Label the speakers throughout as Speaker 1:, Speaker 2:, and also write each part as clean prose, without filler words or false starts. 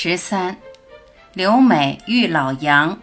Speaker 1: 13. 刘美遇老杨。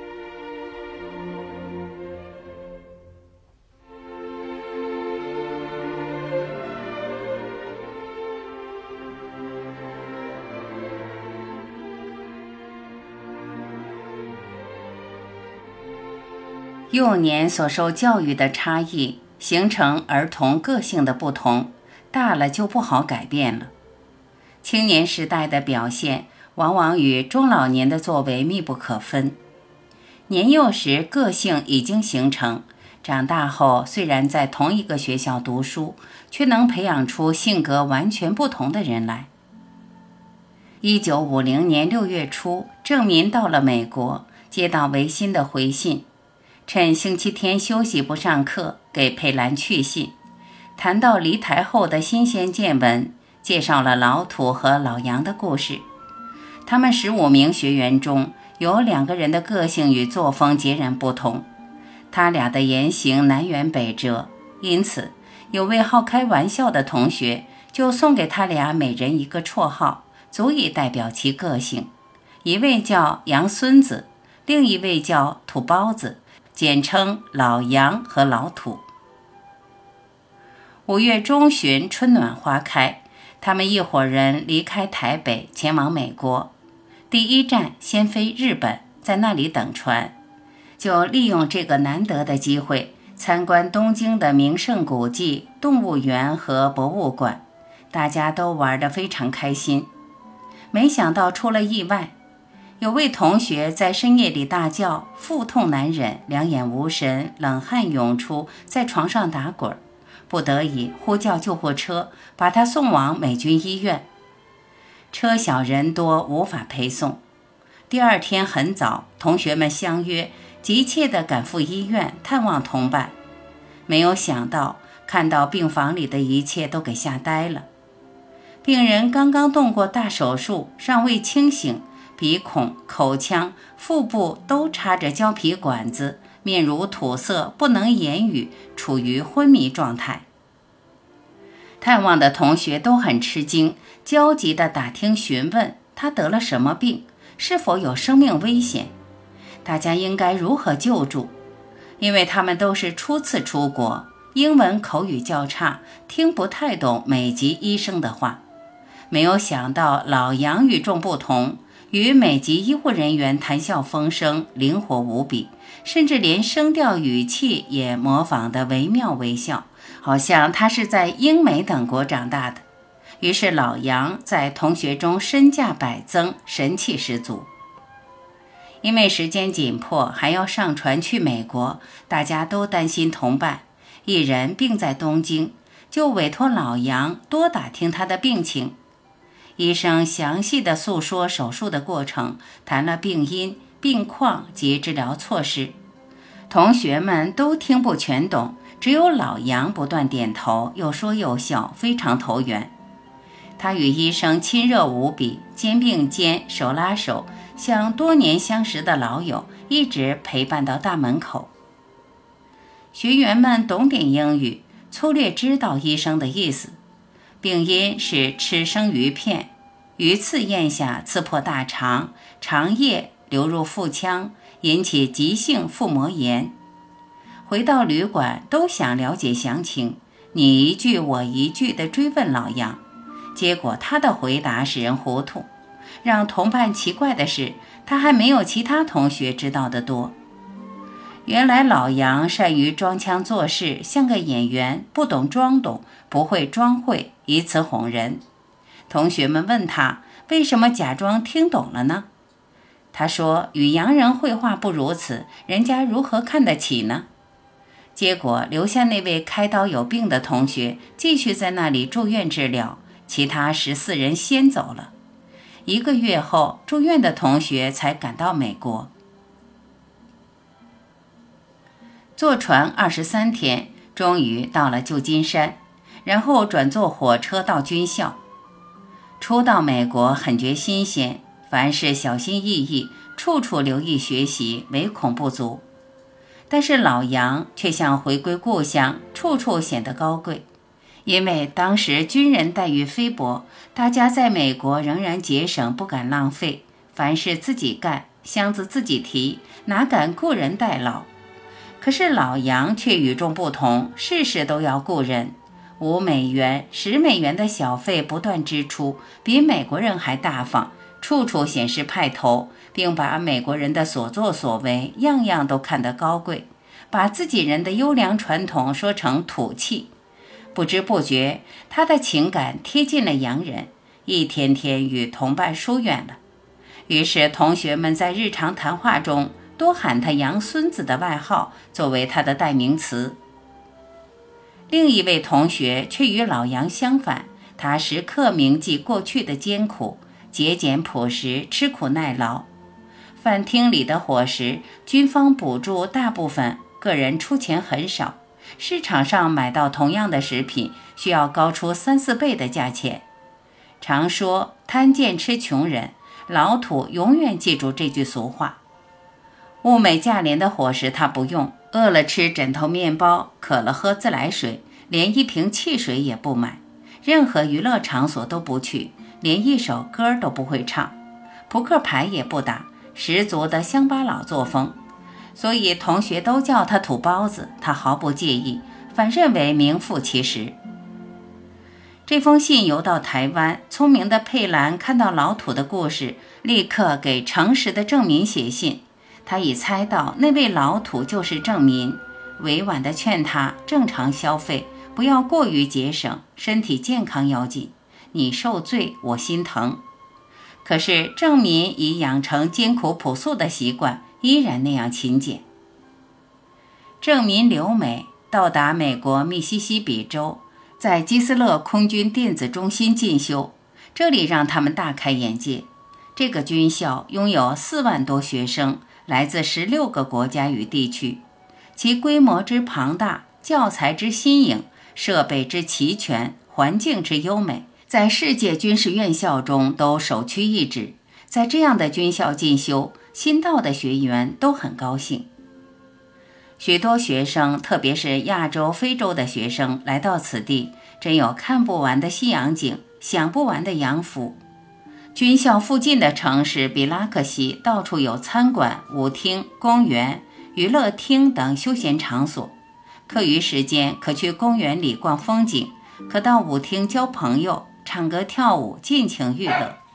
Speaker 1: 幼年所受教育的差异，形成儿童个性的不同，大了就不好改变了。青年时代的表现往往与中老年的作为密不可分。年幼时个性已经形成，长大后虽然在同一个学校读书，却能培养出性格完全不同的人来。1950年6月初，郑民到了美国，接到维新的回信，趁星期天休息不上课，给佩兰去信，谈到离台后的新鲜见闻，介绍了老土和老杨的故事。他们15名学员中有2个人的个性与作风截然不同，他俩的言行南辕北辙，因此有位好开玩笑的同学就送给他俩每人一个绰号，足以代表其个性。一位叫杨孙子，另一位叫土包子，简称老杨和老土。5月中旬，春暖花开，他们一伙人离开台北，前往美国。第一站先飞日本，在那里等船，就利用这个难得的机会参观东京的名胜古迹、动物园和博物馆，大家都玩得非常开心。没想到出了意外，有位同学在深夜里大叫，腹痛难忍，两眼无神，冷汗涌出，在床上打滚，不得已呼叫救护车，把他送往美军医院。车小人多，无法陪送。第二天很早，同学们相约，急切地赶赴医院探望同伴。没有想到，看到病房里的一切都给吓呆了。病人刚刚动过大手术，尚未清醒，鼻孔、口腔、腹部都插着胶皮管子，面如土色，不能言语，处于昏迷状态。探望的同学都很吃惊，焦急地打听询问他得了什么病，是否有生命危险，大家应该如何救助。因为他们都是初次出国，英文口语较差，听不太懂美籍医生的话。没有想到老杨与众不同，与美籍医护人员谈笑风生，灵活无比，甚至连声调语气也模仿得惟妙惟肖，好像他是在英美等国长大的。于是老杨在同学中身价百增，神气十足。因为时间紧迫，还要上船去美国，大家都担心同伴，一人病在东京，就委托老杨多打听他的病情。医生详细地诉说手术的过程，谈了病因、病况及治疗措施。同学们都听不全懂，只有老杨不断点头，又说又笑，非常投缘。他与医生亲热无比，肩并肩，手拉手，像多年相识的老友，一直陪伴到大门口。学员们懂点英语，粗略知道医生的意思。病因是吃生鱼片，鱼刺咽下刺破大肠，肠液流入腹腔，引起急性腹膜炎。回到旅馆，都想了解详情，你一句我一句地追问老杨，结果他的回答使人糊涂。让同伴奇怪的是，他还没有其他同学知道的多。原来老杨善于装腔作势，像个演员，不懂装懂，不会装会，以此哄人。同学们问他为什么假装听懂了呢？他说与洋人绘画不如此，人家如何看得起呢？结果留下那位开刀有病的同学继续在那里住院治疗，其他14人先走了。1个月后，住院的同学才赶到美国。坐船23天，终于到了旧金山，然后转坐火车到军校。初到美国很觉新鲜，凡事小心翼翼，处处留意学习，唯恐不足。但是老杨却像回归故乡，处处显得高贵。 因为当时军人待遇菲薄，大家在美国仍然节省，不敢浪费，凡事自己干，箱子自己提，哪敢雇人代劳。可是老杨却与众不同，事事都要雇人，$5、$10的小费不断支出，比美国人还大方，处处显示派头，并把美国人的所作所为样样都看得高贵，把自己人的优良传统说成土气。不知不觉，他的情感贴近了洋人，一天天与同伴疏远了。于是同学们在日常谈话中多喊他洋孙子的外号作为他的代名词。另一位同学却与老杨相反，他时刻铭记过去的艰苦，节俭朴实，吃苦耐劳。饭厅里的伙食，军方补助大部分，个人出钱很少，市场上买到同样的食品需要高出3-4倍的价钱。常说贪贱吃穷人，老土永远记住这句俗话。物美价廉的伙食他不用，饿了吃枕头面包，渴了喝自来水，连一瓶汽水也不买，任何娱乐场所都不去，连一首歌都不会唱，扑克牌也不打，十足的乡巴佬作风。所以同学都叫他土包子，他毫不介意，反认为名副其实。这封信邮到台湾，聪明的佩兰看到老土的故事，立刻给诚实的郑民写信。他已猜到那位老土就是郑民，委婉地劝他正常消费，不要过于节省，身体健康要紧。你受罪，我心疼。可是郑民已养成艰苦朴素的习惯，依然那样勤俭。郑民留美，到达美国密西西比州，在基斯勒空军电子中心进修，这里让他们大开眼界。这个军校拥有4万多学生，来自16个国家与地区，其规模之庞大，教材之新颖，设备之齐全，环境之优美，在世界军事院校中都首屈一指。在这样的军校进修，新到的学员都很高兴。许多学生，特别是亚洲、非洲的学生来到此地，真有看不完的西洋景，享不完的洋服。军校附近的城市比拉克西到处有餐馆、舞厅、公园、娱乐厅等休闲场所，课余时间可去公园里逛风景，可到舞厅交朋友，唱歌跳舞，尽情娱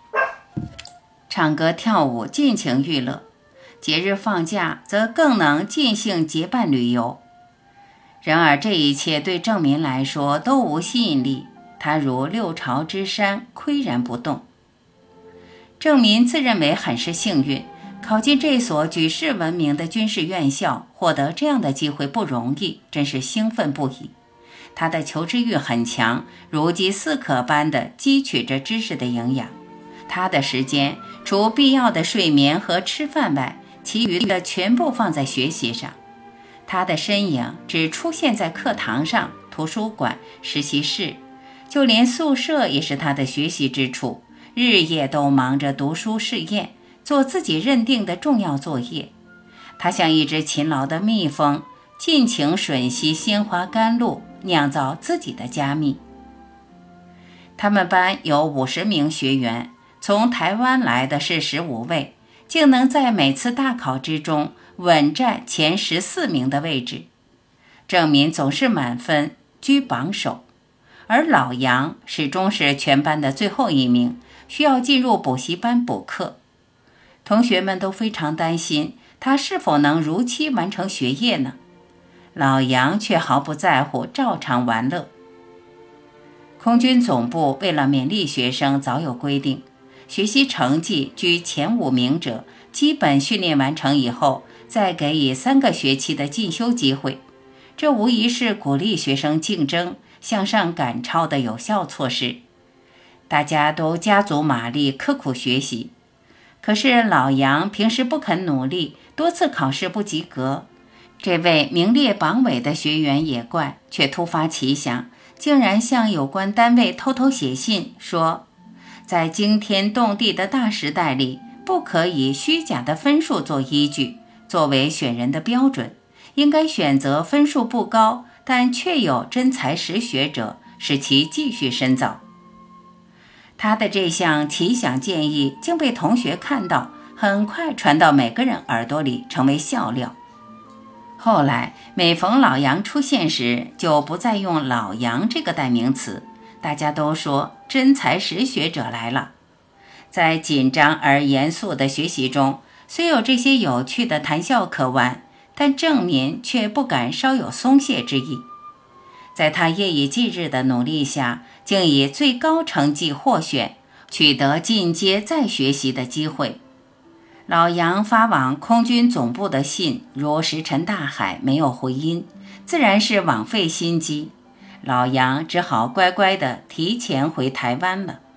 Speaker 1: 乐。节日放假则更能尽兴结伴旅游。然而这一切对郑民来说都无吸引力，他如六朝之山，岿然不动。郑民自认为很是幸运，考进这所举世闻名的军事院校，获得这样的机会不容易，真是兴奋不已。他的求知欲很强，如饥似渴般地汲取着知识的营养。他的时间除必要的睡眠和吃饭外，其余的全部放在学习上。他的身影只出现在课堂上、图书馆、实习室，就连宿舍也是他的学习之处，日夜都忙着读书试验，做自己认定的重要作业。他像一只勤劳的蜜蜂，尽情吮吸鲜花甘露，酿造自己的加密。他们班有50名学员，从台湾来的是15位，竟能在每次大考之中稳占前14名的位置。郑民总是满分，居榜首，而老杨始终是全班的最后一名，需要进入补习班补课。同学们都非常担心他是否能如期完成学业呢？老杨却毫不在乎，照常玩乐。空军总部为了勉励学生早有规定，学习成绩居前5名者，基本训练完成以后，再给予3个学期的进修机会。这无疑是鼓励学生竞争、向上赶超的有效措施。大家都加足马力，刻苦学习。可是老杨平时不肯努力，多次考试不及格。这位名列榜尾的学员也怪，却突发奇想，竟然向有关单位偷偷写信说，在惊天动地的大时代里，不可以虚假的分数做依据，作为选人的标准，应该选择分数不高但确有真才实学者， 使其继续深造。他的这项奇想建议竟被同学看到，很快传到每个人耳朵里，成为笑料。后来每逢老杨出现时，就不再用老杨这个代名词，大家都说真才实学者来了。在紧张而严肃的学习中，虽有这些有趣的谈笑可玩，但郑民却不敢稍有松懈之意。在他夜以继日的努力下，竟以最高成绩获选，取得进阶再学习的机会。老杨发往空军总部的信如石沉大海，没有回音，自然是枉费心机。老杨只好乖乖地提前回台湾了。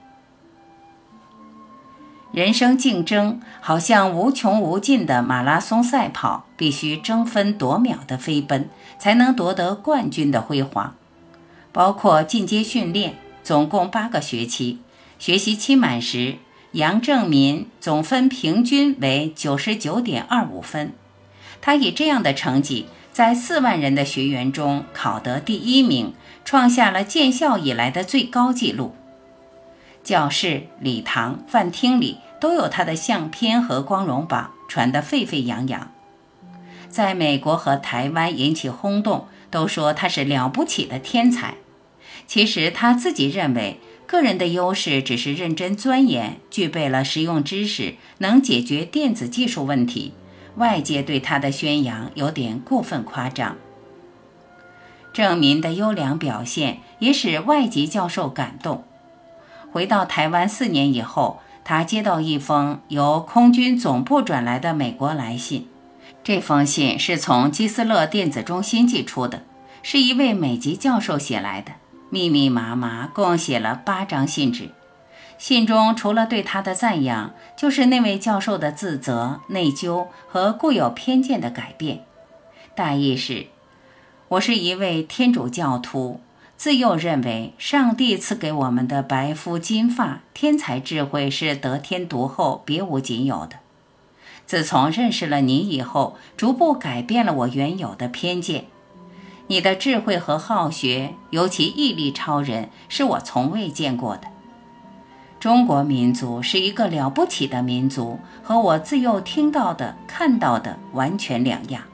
Speaker 1: 人生竞争好像无穷无尽的马拉松赛跑，必须争分夺秒的飞奔，才能夺得冠军的辉煌。包括进阶训练，总共8个学期，学习期满时，杨正民总分平均为 99.25 分。他以这样的成绩，在4万人的学员中考得第1名，创下了建校以来的最高纪录。教室、礼堂、饭厅里都有他的相片和光荣榜，传得沸沸扬扬。在美国和台湾引起轰动，都说他是了不起的天才。其实他自己认为，个人的优势只是认真钻研，具备了实用知识，能解决电子技术问题。外界对他的宣扬有点过分夸张。郑民的优良表现也使外籍教授感动。回到台湾4年以后，他接到一封由空军总部转来的美国来信。这封信是从基斯勒电子中心寄出的，是一位美籍教授写来的，密密麻麻共写了8张信纸。信中除了对他的赞扬，就是那位教授的自责、内疚和固有偏见的改变。大意是：我是一位天主教徒，自幼认为上帝赐给我们的白肤金发、天才智慧是得天独厚，别无仅有的。自从认识了你以后，逐步改变了我原有的偏见。你的智慧和好学，尤其毅力超人，是我从未见过的。中国民族是一个了不起的民族，和我自幼听到的、看到的完全两样。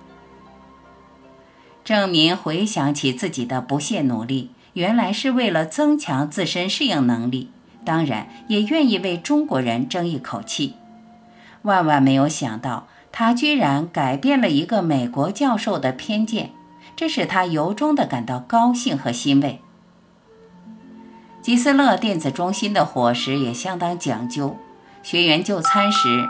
Speaker 1: 郑民回想起自己的不懈努力，原来是为了增强自身适应能力，当然也愿意为中国人争一口气。万万没有想到，他居然改变了一个美国教授的偏见，这使他由衷地感到高兴和欣慰。基斯勒电子中心的伙食也相当讲究，学员就餐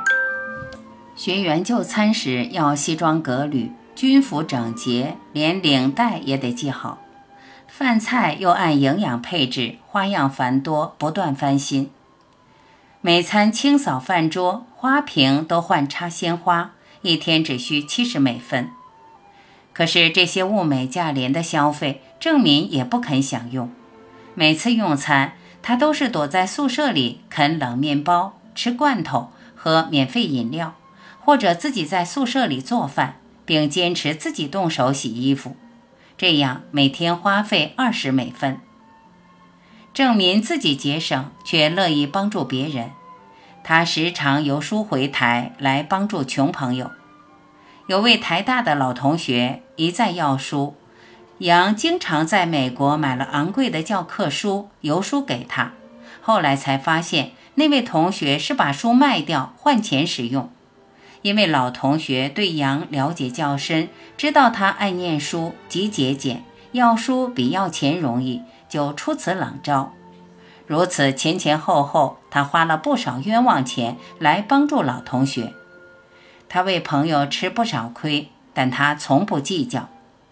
Speaker 1: 时要西装革履，军服整洁，连领带也得系好。饭菜又按营养配置，花样繁多，不断翻新。每餐清扫饭桌，花瓶都换插鲜花，一天只需70美分。可是这些物美价廉的消费，郑民也不肯享用。每次用餐，他都是躲在宿舍里啃冷面包，吃罐头，喝免费饮料，或者自己在宿舍里做饭，并坚持自己动手洗衣服。这样每天花费20美分。郑民自己节省，却乐意帮助别人。他时常邮书回台来帮助穷朋友。有位台大的老同学一再要书，杨经常在美国买了昂贵的教科书邮书给他，后来才发现那位同学是把书卖掉换钱使用。因为老同学对杨了解较深，知道他爱念书，极节俭，要书比要钱容易，就出此冷招。如此前前后后，他花了不少冤枉钱来帮助老同学。他为朋友吃不少亏，但他从不计较。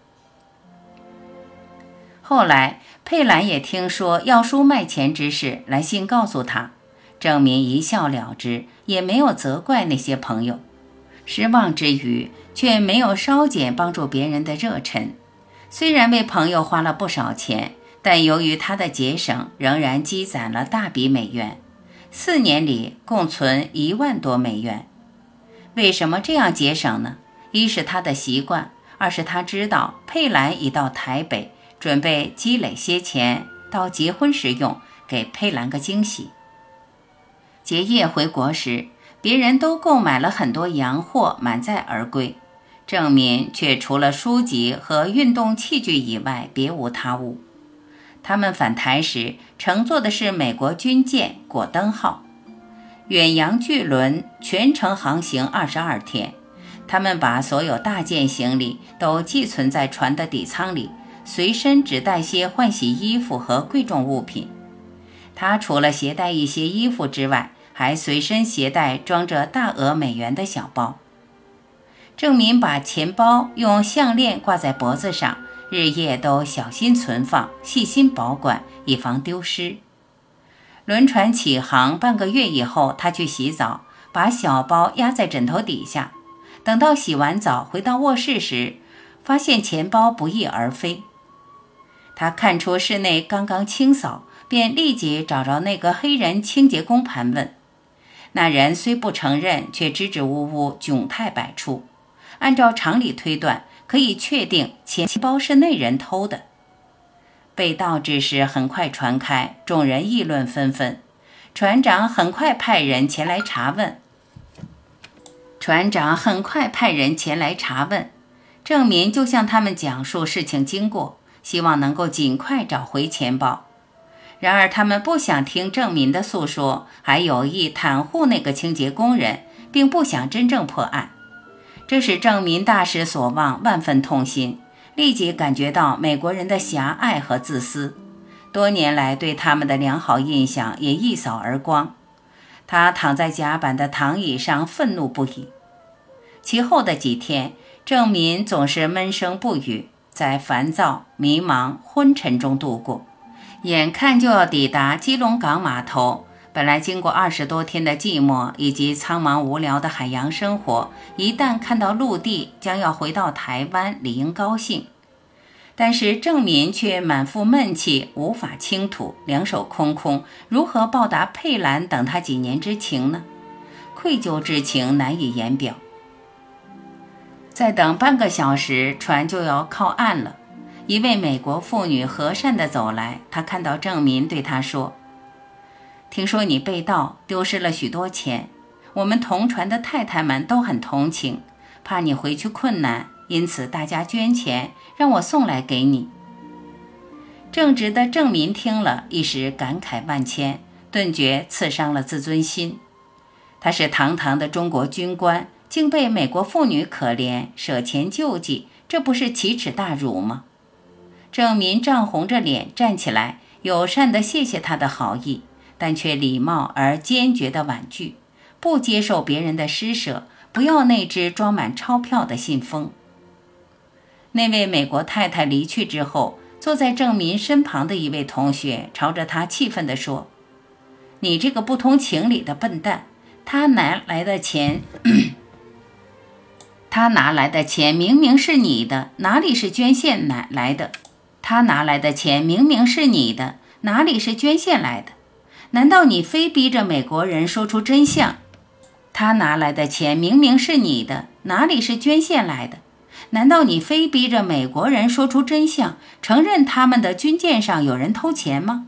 Speaker 1: 后来佩兰也听说要书卖钱之事，来信告诉他，郑民一笑了之，也没有责怪那些朋友。失望之余，却没有稍减帮助别人的热忱。虽然为朋友花了不少钱，但由于他的节省，仍然积攒了大笔美元，4年里共存1万多美元。为什么这样节省呢？一是他的习惯，二是他知道佩兰已到台北，准备积累些钱， 到结婚时用，给佩兰个惊喜。结业回国时，别人都购买了很多洋货满载而归，郑民却除了书籍和运动器具以外别无他物。他们返台时乘坐的是美国军舰果登号，远洋巨轮，全程航行22天。他们把所有大件行李都寄存在船的底舱里，随身只带些换洗衣服和贵重物品。他除了携带一些衣服之外，还随身携带装着大额美元的小包。郑民把钱包用项链挂在脖子上，日夜都小心存放，细心保管，以防丢失。轮船起航半个月以后，他去洗澡，把小包压在枕头底下。等到洗完澡回到卧室时，发现钱包不翼而飞。他看出室内刚刚清扫，便立即找着那个黑人清洁工盘问。那人虽不承认，却支支吾吾，窘态百出。按照常理推断，可以确定钱包是那人偷的。被盗之事很快传开，众人议论纷纷。船长很快派人前来查问。郑民就向他们讲述事情经过，希望能够尽快找回钱包。然而他们不想听郑民的诉说，还有意袒护那个清洁工人，并不想真正破案。这使郑民大失所望，万分痛心，立即感觉到美国人的狭隘和自私，多年来对他们的良好印象也一扫而光。他躺在甲板的躺椅上，愤怒不已。其后的几天，郑民总是闷声不语，在烦躁、迷茫、昏沉中度过。眼看就要抵达基隆港码头，本来经过20多天的寂寞以及苍茫无聊的海洋生活，一旦看到陆地，将要回到台湾，理应高兴。但是郑民却满腹闷气，无法倾吐，两手空空，如何报答佩兰等他几年之情呢？愧疚之情难以言表。再等半个小时，船就要靠岸了。一位美国妇女和善地走来，她看到郑民，对他说：听说你被盗，丢失了许多钱，我们同船的太太们都很同情，怕你回去困难，因此大家捐钱，让我送来给你。正直的郑民听了，一时感慨万千，顿觉刺伤了自尊心。他是堂堂的中国军官，竟被美国妇女可怜，舍钱救济，这不是奇耻大辱吗？郑民涨红着脸站起来，友善地谢谢他的好意，但却礼貌而坚决地婉拒，不接受别人的施舍，不要那只装满钞票的信封。那位美国太太离去之后，坐在郑民身旁的一位同学朝着他气愤地说：你这个不通情理的笨蛋，他拿来的钱明明是你的，哪里是捐献来的？他拿来的钱明明是你的，哪里是捐献来的？难道你非逼着美国人说出真相？他拿来的钱明明是你的，哪里是捐献来的？难道你非逼着美国人说出真相，承认他们的军舰上有人偷钱吗？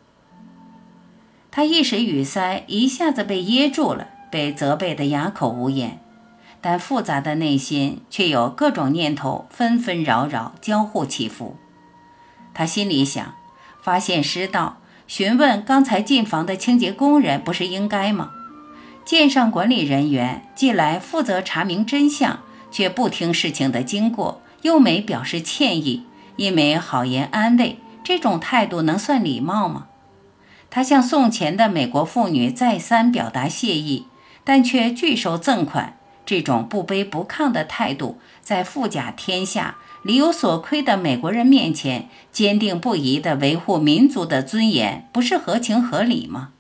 Speaker 1: 他一时语塞，一下子被噎住了，被责备得哑口无言，但复杂的内心却有各种念头纷纷扰扰，交互起伏。他心里想，发现失盗，询问刚才进房的清洁工人不是应该吗？舰上管理人员既来负责查明真相，却不听事情的经过，又没表示歉意，亦没好言安慰，这种态度能算礼貌吗？他向送钱的美国妇女再三表达谢意，但却拒收赠款。这种不卑不亢的态度，在富甲天下、理有所亏的美国人面前，坚定不移地维护民族的尊严，不是合情合理吗？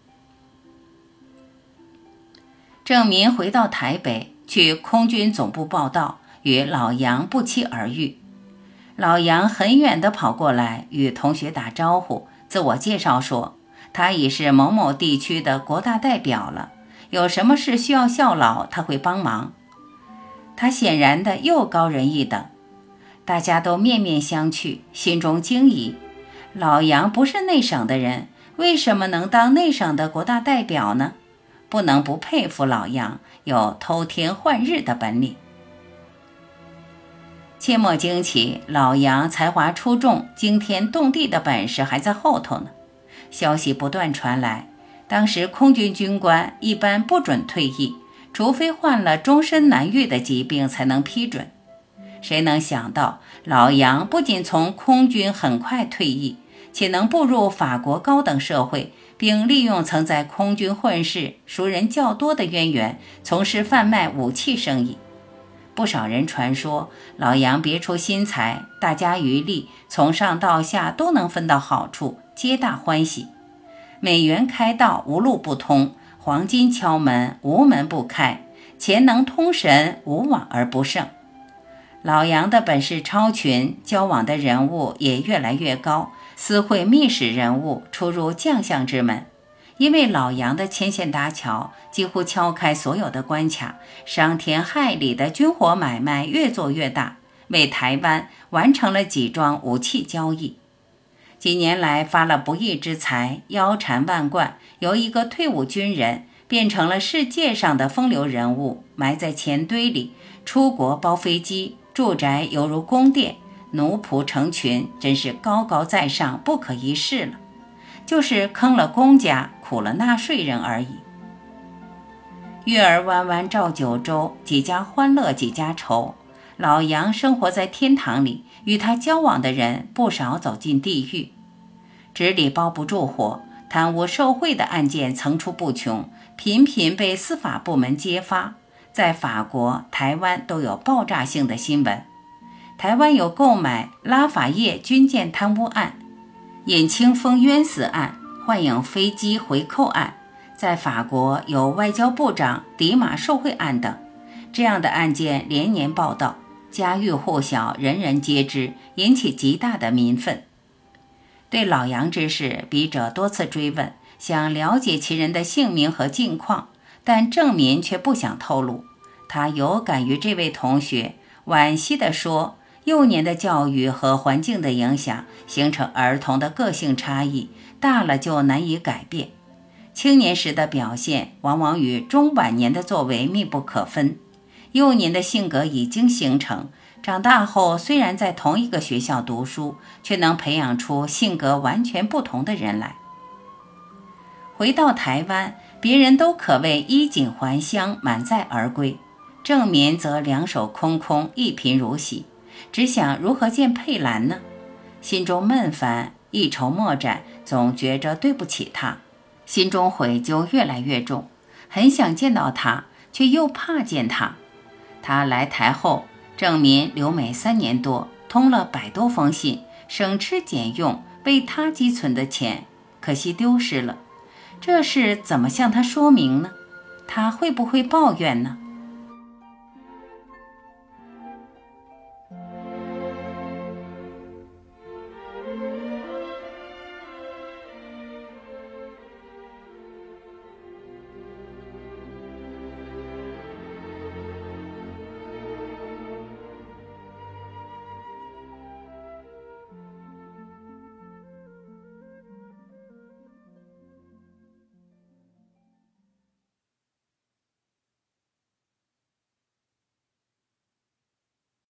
Speaker 1: 郑民回到台北，去空军总部报到，与老杨不期而遇。老杨很远地跑过来，与同学打招呼，自我介绍说，他已是某某地区的国大代表了，有什么事需要效劳，他会帮忙。他显然的又高人一等，大家都面面相觑，心中惊疑。 老杨不是内省的人，为什么能当内省的国大代表呢？不能不佩服老杨有偷天换日的本领。切莫惊奇，老杨才华出众、惊天动地的本事还在后头呢。消息不断传来，当时空军军官一般不准退役，除非患了终身难愈的疾病才能批准。谁能想到，老杨不仅从空军很快退役，且能步入法国高等社会，并利用曾在空军混世、熟人较多的渊源，从事贩卖武器生意。不少人传说，老杨别出心裁，大家余力，从上到下都能分到好处，皆大欢喜。美元开道，无路不通；黄金敲门，无门不开；钱能通神，无往而不胜。老杨的本事超群，交往的人物也越来越高，私会密使人物出入将相之门。因为老杨的牵线搭桥，几乎敲开所有的关卡，伤天害理的军火买卖越做越大，为台湾完成了几桩武器交易。几年来发了不义之财，腰缠万贯，由一个退伍军人变成了世界上的风流人物，埋在钱堆里，出国包飞机，住宅犹如宫殿，奴仆成群，真是高高在上，不可一世了。就是坑了公家，苦了纳税人而已。月儿弯弯照九州，几家欢乐几家愁。老杨生活在天堂里，与他交往的人不少走进地狱。纸里包不住火，贪污受贿的案件层出不穷，频频被司法部门揭发。在法国、台湾都有爆炸性的新闻。台湾有购买拉法叶军舰贪污案、尹清风冤死案、幻影飞机回扣案，在法国有外交部长迪马受贿案等。这样的案件连年报道，家喻户晓，人人皆知，引起极大的民愤。对老杨之事，笔者多次追问，想了解其人的姓名和近况，但郑民却不想透露。他有感于这位同学，惋惜地说，幼年的教育和环境的影响，形成儿童的个性差异，大了就难以改变。青年时的表现往往与中晚年的作为密不可分。幼年的性格已经形成，长大后虽然在同一个学校读书，却能培养出性格完全不同的人来。回到台湾，别人都可谓衣锦还乡，满载而归，郑民则两手空空，一贫如洗，只想如何见佩兰呢？心中闷烦，一筹莫展，总觉着对不起他，心中悔疚越来越重，很想见到他，却又怕见他。他来台后，郑民留美3年多，通了100多封信，省吃俭用，为他积存的钱，可惜丢失了。这事怎么向他说明呢？他会不会抱怨呢？